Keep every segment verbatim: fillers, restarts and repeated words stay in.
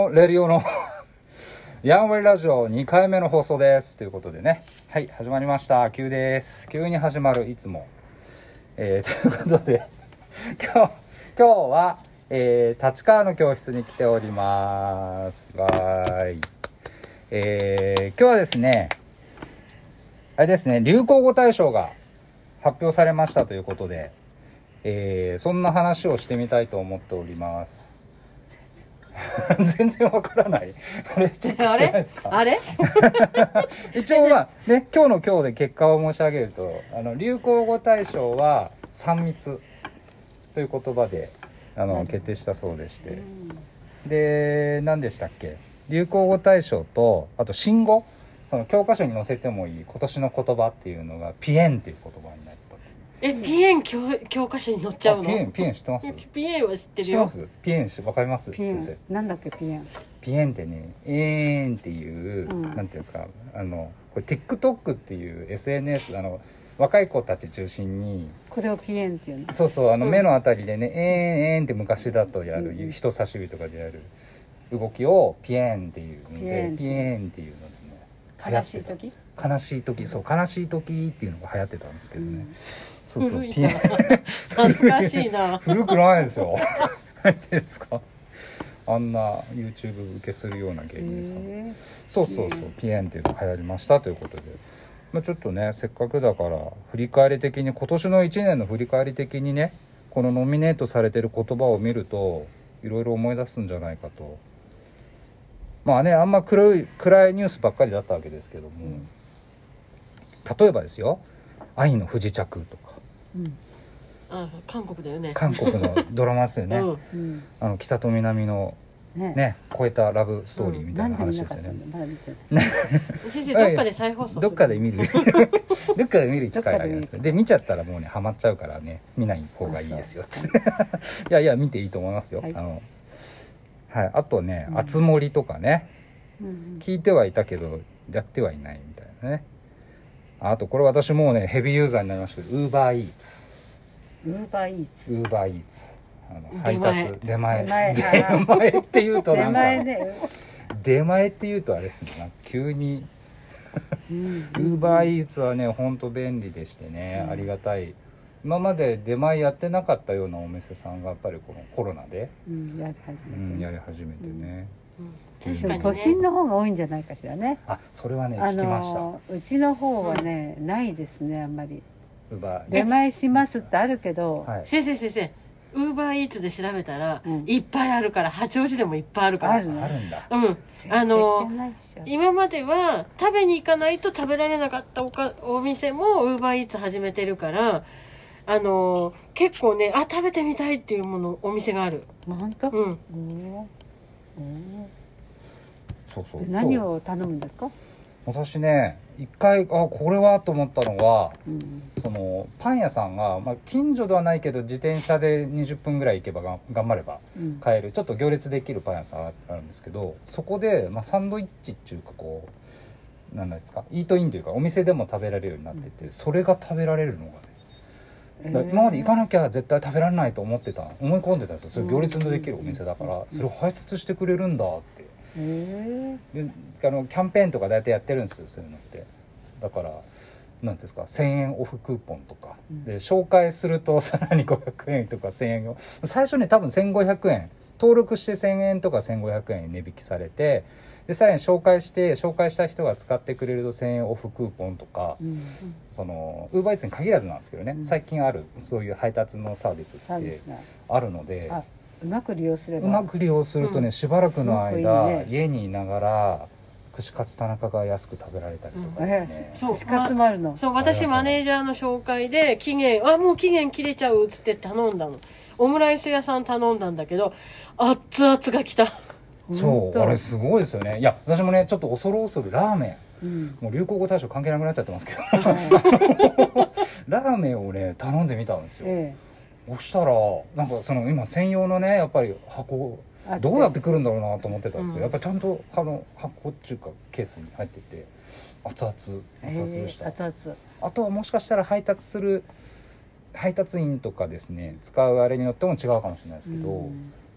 レディオのヤンウェイラジオにかいめの放送ですということでね、はい始まりました。急です。急に始まるいつも、えー、ということで今日今日は、えー、立川の教室に来ております。わーい、えー、今日はですねあれですね流行語大賞が発表されましたということで、えー、そんな話をしてみたいと思っております。全然わからない。あれチェックしてないですか？ あれ一応まあね、今日の今日で結果を申し上げると、あの流行語大賞はさん密という言葉であの決定したそうでして、で何でしたっけ、流行語大賞とあと新語、その教科書に載せてもいい今年の言葉っていうのがピエンっていう言葉になった。 え、ピエン 教, 教科書に載っちゃうの？ ピエンピエン知ってます？ ピエンは知ってるよ。 知ってます？ピエンわかります？ ピエン先生。 なんだっけピエン。 ピエンってね、えーんっていう、 うん、 なんていうんですか、あのこれ TikTok っていう エスエヌエス、あの若い子たち中心にこれをピエンっていうの。 そうそう、あのうん、 目のあたりでね、えーんえーんって昔だとやる、うん、人差し指とかでやる動きをピエンっていうので、ピエンっていうのでね、 悲しい時悲しい時、そう悲しい時っていうのが流行ってたんですけどね、うん、そうそう、 ピエン懐かしいな。 古くないですよ。何ですか、あんな YouTube 受けするような芸人さん、そうそうそう、ピエンっていうのが流行りましたということで、まあ、ちょっとねせっかくだから振り返り的に今年のいちねんの振り返り的にね、このノミネートされてる言葉を見るといろいろ思い出すんじゃないかと。まあね、あんま黒い暗いニュースばっかりだったわけですけども、うん、例えばですよ、愛の不時着とか、 うん、あ韓国だよね。 韓国のドラマですよね、 うん、 あの北と南のね、ね、超えたラブストーリーみたいな話ですよね。 先生どっかで再放送する。 どっかで見るどっかで見る機会あります。で見ちゃったらもうねハマっちゃうからね、見ない方がいいですよっていやいや見ていいと思いますよ、はい、あのはい、あとね、あつ森とかね、うん、聞いてはいたけどやってはいないみたいなね。あとこれ私もうねヘビーユーザーになりましたけど、ウーバーイーツウーバーイーツウーバーイーツあの配達出前出前出前って言うとなんか出前、ね、 出前って言うとあれですね、急にウーバーイーツはねほんと便利でしてね、うん、ありがたい。今まで出前やってなかったようなお店さんがやっぱりこのコロナで、 うん、やり始めて、 うん、やり始めてね、 うんうん、確かにね、都心の方が多いんじゃないかしらね。 あ、それはね聞きました。 うちの方はね、うん、ないですね、あんまり。 ウーバー出前しますってあるけど、 はい、先生先生ウーバーイーツで調べたら、うん、いっぱいあるから、八王子でもいっぱいあるから。 あるあるんだ。 うん。あの今までは食べに行かないと食べられなかったおかお店もウーバーイーツ始めてるから、あの結構ね、あ食べてみたいっていうものお店がある。 本当？ うん。 おお。 そうそう。 何を頼むんですか？ 私ね一回あこれはと思ったのは、 うん、 そのパン屋さんが、まあ、近所ではないけど自転車でにじゅっぷんぐらい行けばが頑張れば買える、うん、ちょっと行列できるパン屋さんあるんですけど、そこで、まあ、サンドイッチっていうかこうなんですか、イートインというかお店でも食べられるようになってて、うん、それが食べられるのがね、だ今まで行かなきゃ絶対食べられないと思ってた思い込んでたんですよ。それ行列のできるお店だから、それを配達してくれるんだって。 へであのキャンペーンとか大体やってるんですよ、そういうのって。だから何ですか、せんえんオフクーポンとか、うん、で紹介するとさらにごひゃくえんとかせんえんを最初に多分せんごひゃくえん登録してせんえんとかせんごひゃくえん値引きされて、でさらに紹介して紹介した人が使ってくれるとせんえんオフクーポンとか、うん、そのウーバーイーツに限らずなんですけどね、うん、最近あるそういう配達のサービスってあるので、 うまく利用すればうまく利用するとね、うん、しばらくの間、ね、家にいながら串カツ田中が安く食べられたりとかですね、 うん、そう串カツもあるの、 ま、そう私マネージャーの紹介で期限あもう期限切れちゃうっつって頼んだの。オムライス屋さん頼んだんだけど熱々が来た。 そうあれすごいですよね。いや私もねちょっと恐る恐るラーメン、うん、もう流行語大賞関係なくなっちゃってますけどラーメンをね頼んでみたんですよ、ええそしたらなんかその今専用のねやっぱり箱どうやってくるんだろうなと思ってたんですけど、うん、やっぱちゃんとあの箱っていうかケースに入ってて熱々熱々でした、 えー、熱々。 あとはもしかしたら配達する配達員とかですね使うあれによっても違うかもしれないですけど、うん、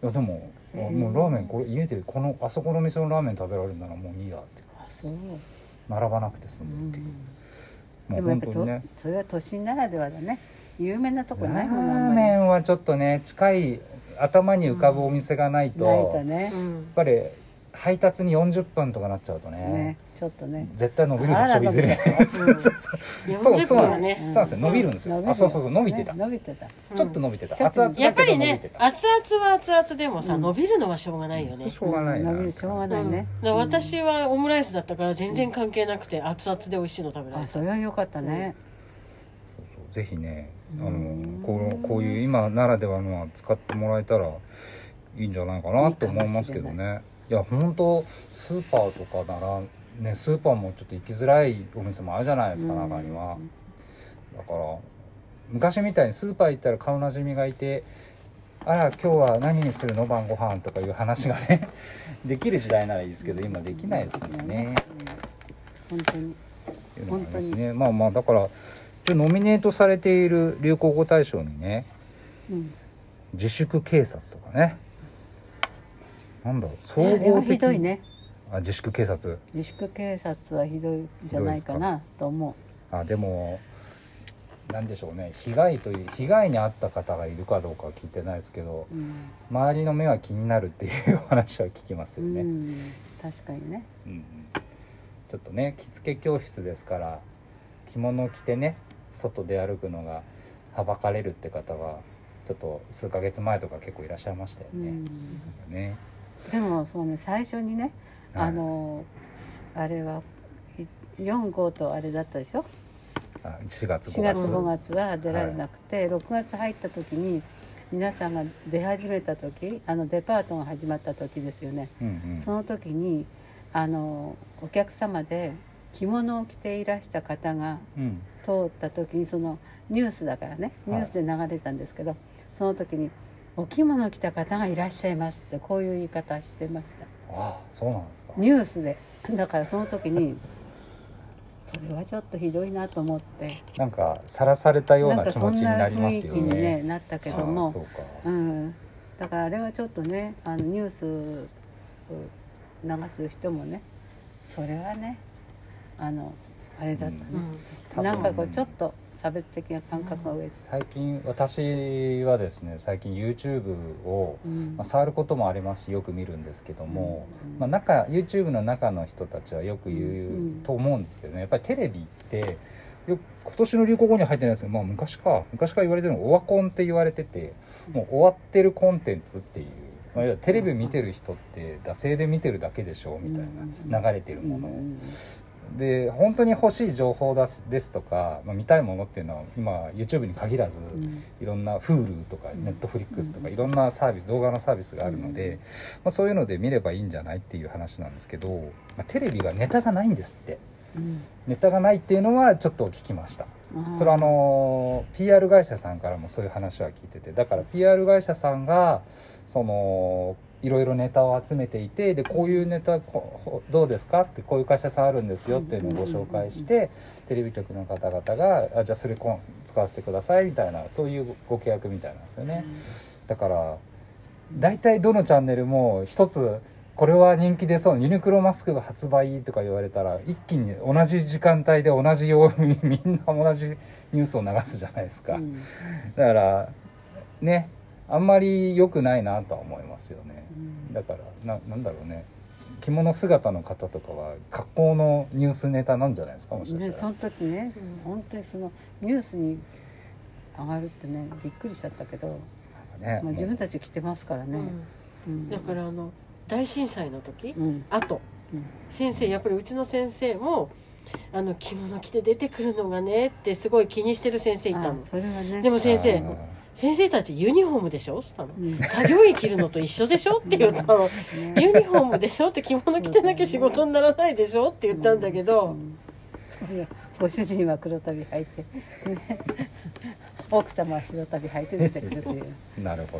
いやでも、 えーもうラーメンこれ家でこのあそこの店のラーメン食べられるならもういいやってあそう、 並ばなくて済うむっていう、 ん、 もうでもやっぱと、 本当にねそれは都心ならではだね。有名なとこラないもんーメンはちょっとね近い頭に浮かぶお店がないと、 ないやっとね、 ぱり配達によんじゅっぷんとかなっちゃうとねね、ちょっとね、 絶対伸びるでしあらょいずれ伸びちゃうそうそうそうそうそうなんですよ、そうなんですよ伸びるんですよ、 伸びるあそうそうそう伸びてた、 ね伸びてた。 ちょっと伸びてた、 ちょっと熱々だやっぱりねけど伸びてた、 熱々は熱々でもさ、 うん伸びるのはしょうがないよね、 しょうがないな、 伸びるしょうがないね。 うん、だから私はオムライスだったから全然関係なくて熱々で美味しいの食べられあ、 た。 それは良かったね。 そうそうぜひねあのうんこのこういう今ならではのは使ってもらえたらいいんじゃないかなと思いますけどいいかね。いや本当スーパーとかならねスーパーもちょっと行きづらいお店もあるじゃないですか、 うん中には。だから昔みたいにスーパー行ったら顔なじみがいてあら今日は何にするの晩ご飯とかいう話がねできる時代ならいいですけど今できないですもんね。 うん本当に。 っていうのがありますね。まあまあだから一応ノミネートされている流行語大賞にねうん。 自粛警察とかねなんだろう総あれはひ合的どいね。 あ自粛警察自粛警察はひどいんじゃないかなと思あでもなんでしょうね被害という被害に遭った方がいるかどうかは聞いてないですけどう。うん。 周りの目は気になるっていうお話は聞きますよね、 うん、確かにね。 うんうんちょっとね着付け教室ですから着物を着てね外で歩くのがはばかれるって方はちょっと数ヶ月前とか結構いらっしゃいましたよね。 うん。 ねでもそうね、最初にね、 はいあのあれはよん号とあれだったでしょ。 あしがつ 4 ごがつ月ごがつは出られなくて、ろくがつ入った時に皆さんが出始めた時、あのデパートが始まった時ですよね。 うんうんその時にあのお客様で着物を着ていらした方がうん通った時にそのニュースだからねニュースで流れたんですけど、その時にお着物を着た方がいらっしゃいますってこういう言い方してました。 あそうなんですか。 ニュースで。だからその時にそれはちょっとひどいなと思って、 なんかさらされたようなんな気持ちにかそんななりますよ雰囲気に、ね、 ね。 なったけどあもそうか。 うん、だからあれはちょっとねあのニュース流す人もねそれはねあのあれだったね、 うんなんかこうちょっと差別的な感覚が上で、 最近私はですね最近 YouTube を、 うんまあ、触ることもありますしよく見るんですけども、 うんまあ、中 YouTube の中の人たちはよく言うと思うんですけどねやっぱりテレビってよ今年の流行語には入ってないですけど、まあ、昔か昔から言われてるのがオワコンって言われててもう終わってるコンテンツっていう、まあ、いわゆるテレビ見てる人って惰性で見てるだけでしょみたいな流れてるものを。 うんで本当に欲しい情報だしですとか、まあ、見たいものっていうのは今 YouTube に限らず、 うんいろんな Hulu とか Netflix とかいろんなサービス動画のサービスがあるので、まあ、そういうので見ればいいんじゃないっていう話なんですけど、まあ、テレビがネタがないんですってうんネタがないっていうのはちょっと聞きました。 うんそれはあの ピーアール 会社さんからもそういう話は聞いててだから ピーアール 会社さんがそのいろいろネタを集めていてでこういうネタこどうですかってこういう会社さんあるんですよっていうのをご紹介してテレビ局の方々があじゃあそれこん使わせてくださいみたいなそういうご契約みたいなんですよね。だから大体どのチャンネルも一つこれは人気出そうユニクロマスクが発売とか言われたら一気に同じ時間帯で同じ曜日にみんな同じニュースを流すじゃないですか。 うんだからねあんまり良くないなとは思いますよね。 うんだからななんだろうね着物姿の方とかは格好のニュースネタなんじゃないですかもしかしたら。 ね、その時ね、 うん本当にそのニュースに上がるってねびっくりしちゃったけど、 なんかねまあ、自分もたち着てますからね、うんだからあの大震災の時、 うんあとうん先生やっぱりうちの先生もあの着物着て出てくるのがねってすごい気にしてる先生いたあの。 それはねでも先生あ先生たちユニフォームでしょって言ったの、 うん作業着着るのと一緒でしょって言ったの、 ねユニフォームでしょって着物着てなきゃ仕事にならないでしょって言ったんだけど、 うんそうよご主人は黒旅履いて、ね、奥様は白旅履いて出てくるというーなるほど、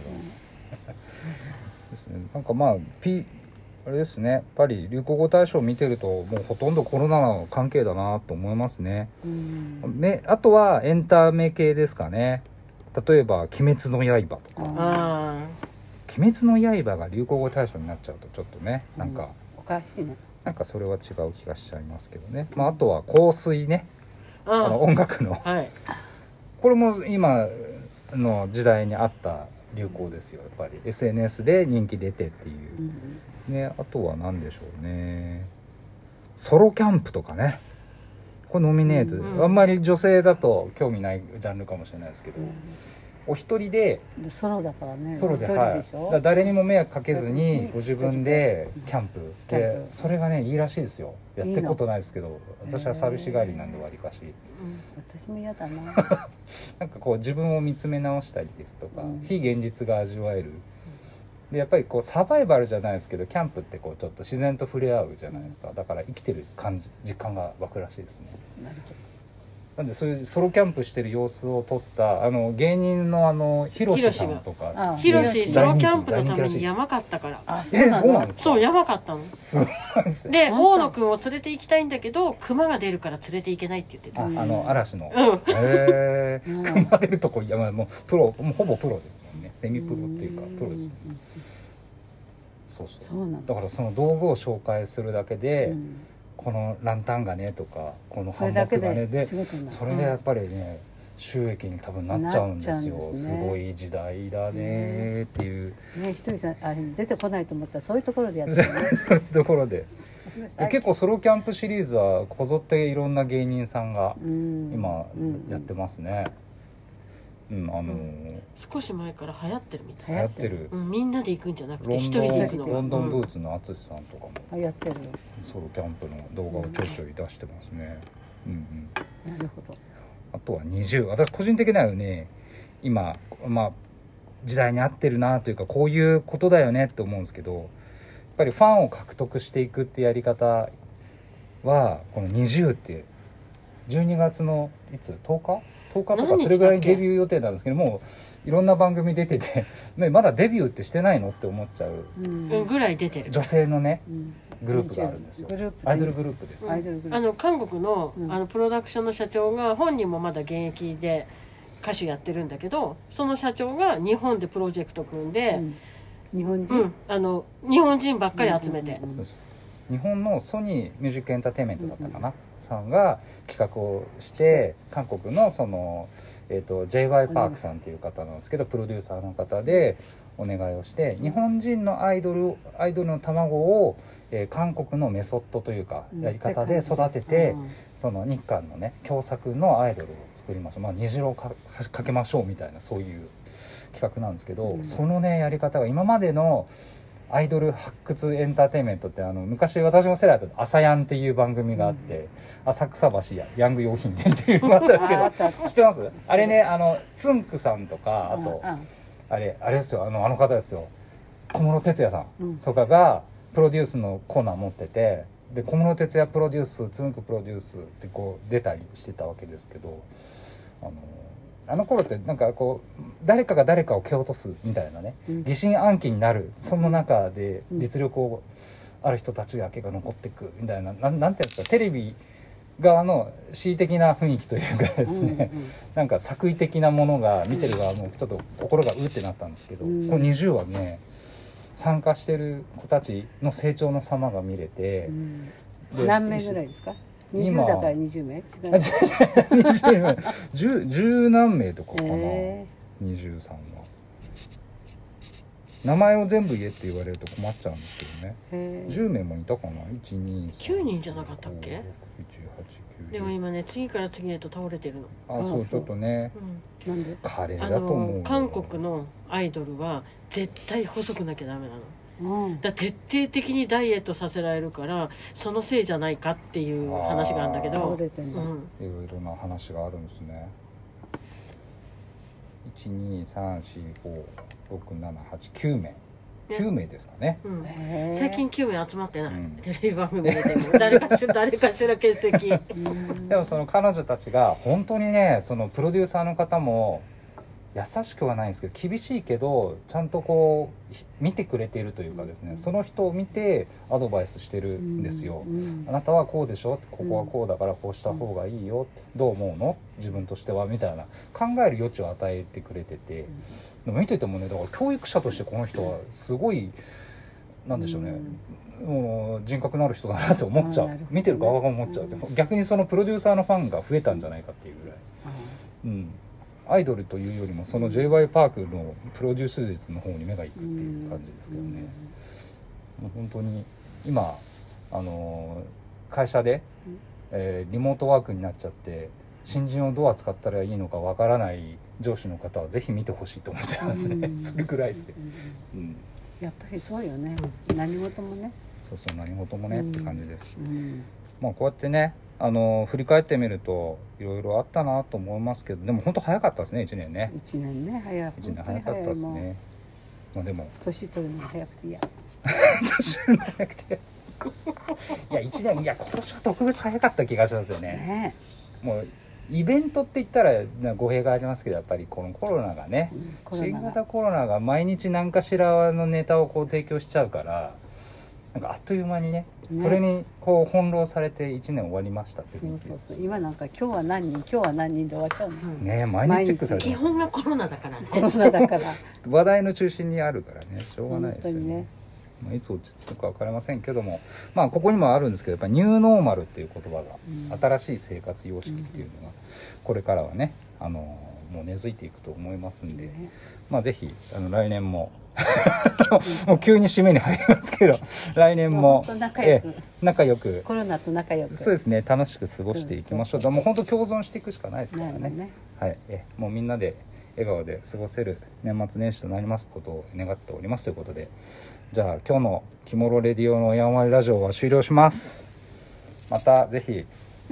ですね、なんかまあ P あれですねやっぱり流行語大賞を見てるともうほとんどコロナの関係だなと思いますね。 うんめあとはエンタメ系ですかね。例えば「鬼滅の刃」とかああ 「 鬼滅の刃が流行語大賞になっちゃうとちょっとねなんか、 うん、おかしいね。 なんかそれは違う気がしちゃいますけどね、まあ、あとは香水ね、 ああの音楽の、 はい、 これも今の時代に合った流行ですよやっぱり エスエヌエス で人気出てっていう、うん、ね、あとは何でしょうね、ソロキャンプとかね、これノミネート、うん、あんまり女性だと興味ないジャンルかもしれないですけど、うん、お一人でソロだからね、 ソロで、はい、だ誰にも迷惑かけずにご自分でキャンプで、それがねいいらしいですよ。やってことないですけど、私は寂しがりなんでわりかし、うん、 私も嫌だななんかこう自分を見つめ直したりですとか、うん、非現実が味わえるで、やっぱりこうサバイバルじゃないですけどキャンプってこうちょっと自然と触れ合うじゃないですか、だから生きてる感じ実感が湧くらしいですね。なるほど。なんでそういうソロキャンプしてる様子を撮ったあの芸人のあのヒロシさんとか、 ヒロシソロキャンプのために山買ったから。 あ、え、そうなんですか。 そう、山買ったの。 すごいですね。で、大野くんを連れて行きたいんだけど熊が出るから連れて行けないって言ってた。 あ、あの嵐の。 うん。 へえ。熊出るとこ、いやもうプロ、もうほぼプロですもんね。セミプロっていうかプロですもんね。そうそう。そうなんだからその道具を紹介するだけで。うん、このランタンがねとかこのハンモックがねでそれでやっぱりね、うん、収益に多分なっちゃうんですよ。すね、すごい時代だねっていうね。ひとりさんあれ出てこないと思ったらそういうところでやってるねそういうところで結構ソロキャンプシリーズはこぞっていろんな芸人さんが今やってますね。うん、あのーうん、 少し前から流行ってるみたい。 流行ってる、 うん、みんなで行くんじゃなくて一人で行くの。 ロンドンブーツの淳さんとかも流行ってるソロキャンプの動画をちょいちょい出してますね。うんうん。 なるほど。 あとはにじゅう、私個人的にはね今まあ時代に合ってるなというかこういうことだよねって思うんですけど、やっぱりファンを獲得していくってやり方はこのにじゅうってじゅうにがつのいつとおかとおかとかそれぐらいデビュー予定なんですけども、いろんな番組出ててまだデビューってしてないのって思っちゃう、 うん、ぐらい出てる女性のね、うん、グループがあるんですよ。アイドルグループです、ね、 うん、あの韓国 の,、うん、あのプロダクションの社長が本人もまだ現役で歌手やってるんだけど、その社長が日本でプロジェクト組んで、 うん、日本人、 うん、あの日本人ばっかり集めて、 うんうんうん、日本のソニーミュージックエンターテインメントだったかな、うんうん、さんが企画をして韓国のその、えーと、ジェイワイ パークさんっていう方なんですけどプロデューサーの方でお願いをして日本人のアイドルアイドルの卵を、えー、韓国のメソッドというかやり方で育てて、うん、その日韓のね共作のアイドルを作りましょう、まあ、虹色を か, かけましょうみたいなそういう企画なんですけど、うん、そのねやり方が今までのアイドル発掘エンターテインメントってあの昔私の世代だと朝ヤンっていう番組があって、うん、浅草橋やヤング用品店っていうのがあったんですけど知ってます？あれねあのつんくさんとかあと、うんうん、あれあれですよあのあの方ですよ小室哲哉さんとかがプロデュースのコーナー持っててで小室哲哉プロデュースつんくプロデュースってこう出たりしてたわけですけどあのあの頃ってなんかこう誰かが誰かを蹴落とすみたいなね、うん、疑心暗鬼になるその中で実力をある人たちだけが残っていくみたいな、な, なんていうんですかテレビ側の恣意的な雰囲気というかですね、うんうん、なんか作為的なものが見てる側もちょっと心がうってなったんですけど、うん、このにじゅうはね参加してる子たちの成長の様が見れて、 うん、何名ぐらいですか？にじゅうだからにじゅうめい違うじゅうじゅう何名とかかな、えー、にじゅうさんは名前を全部言えって言われると困っちゃうんですけどね、えー、じゅうめいもいたかな いちにさんきゅうにんじゃなかったっけ？ろく なな はち きゅう でも今ね次から次へと倒れてるの。 あそうちょっとね、 うん、なんでカレーだと思う。 韓国のアイドルは絶対細くなきゃダメなの。うん、だ徹底的にダイエットさせられるからそのせいじゃないかっていう話があるんだけど、うん、 いろいろな話があるんですね。いちにさんしごろくななはちきゅうめいきゅうめいですかね、うん、 最近きゅうめい集まってない、うん、テレビ番組で誰かしら誰かしら欠席でもその彼女たちが本当にねそのプロデューサーの方も優しくはないんですけど厳しいけどちゃんとこう見てくれているというかですね、うん、その人を見てアドバイスしてるんですよ、うんうん、あなたはこうでしょ、ここはこうだからこうした方がいいよ、うん、どう思うの自分としてはみたいな考える余地を与えてくれてて、うん、見ててもねだから教育者としてこの人はすごいなんでしょうね、うん、もう人格のある人だなって思っちゃう、ね、見てる側が思っちゃう、うん、逆にそのプロデューサーのファンが増えたんじゃないかっていうぐらい、うんうんアイドルというよりもその ジェイワイ パークのプロデュース術の方に目がいくっていう感じですけどね、もう本当に今あの会社で、えー、リモートワークになっちゃって新人をどう扱ったらいいのかわからない上司の方はぜひ見てほしいと思っちゃいますねそれぐらいですよ、うん、 やっぱりそうよね、何事もねそうそう何事もね、うん、って感じです、 うん、 まあこうやってねあの振り返ってみるといろいろあったなと思いますけどでも本当早かったですねいちねんねいちねんね早いちねん早かったですねまあでも年取るのが早くて嫌年取るのが早くていやいちねんいや今年は特別早かった気がしますよね、 ねもうイベントって言ったら語弊がありますけどやっぱりこのコロナがね、うん、新型コロナが毎日何かしらのネタをこう提供しちゃうからなんかあっという間に ね, ねそれにこう翻弄されていちねん終わりましたってそうそうそう今なんか今日は何人今日は何人で終わっちゃうの、 うん、ね毎日チェックされて基本がコロナだからねコロナだから話題の中心にあるからねしょうがないですよね、 ねまあ、いつ落ち着くか分かりませんけどもまあここにもあるんですけどやっぱニューノーマルっていう言葉が、うん、新しい生活様式っていうのがこれからはねあのもう根付いていくと思いますんで、ね、まあぜひあの来年ももう急に締めに入りますけど来年も仲良く、 え仲良くコロナと仲良くそうですね楽しく過ごしていきましょう、うん、もう本当共存していくしかないですから ね, ね、 はい、えもうみんなで笑顔で過ごせる年末年始となりますことを願っておりますということでじゃあ今日のキモロレディオのやんわりラジオは終了します。またぜひ